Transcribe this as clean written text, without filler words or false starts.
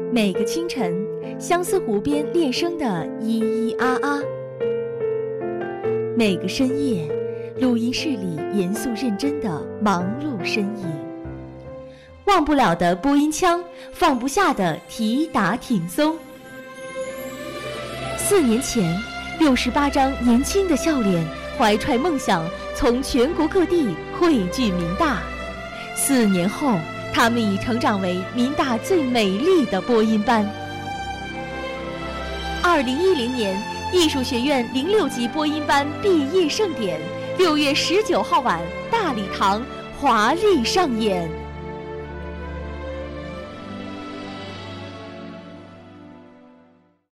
每个清晨，相思湖边练声的咿咿啊啊；每个深夜，录音室里严肃认真的忙碌身影。忘不了的播音腔，放不下的提打挺松。4年前，68张年轻的笑脸，怀揣梦想，从全国各地汇聚民大。4年后，他们已成长为民大最美丽的播音班。2010年，艺术学院06级播音班毕业盛典，6月19号晚，大礼堂华丽上演。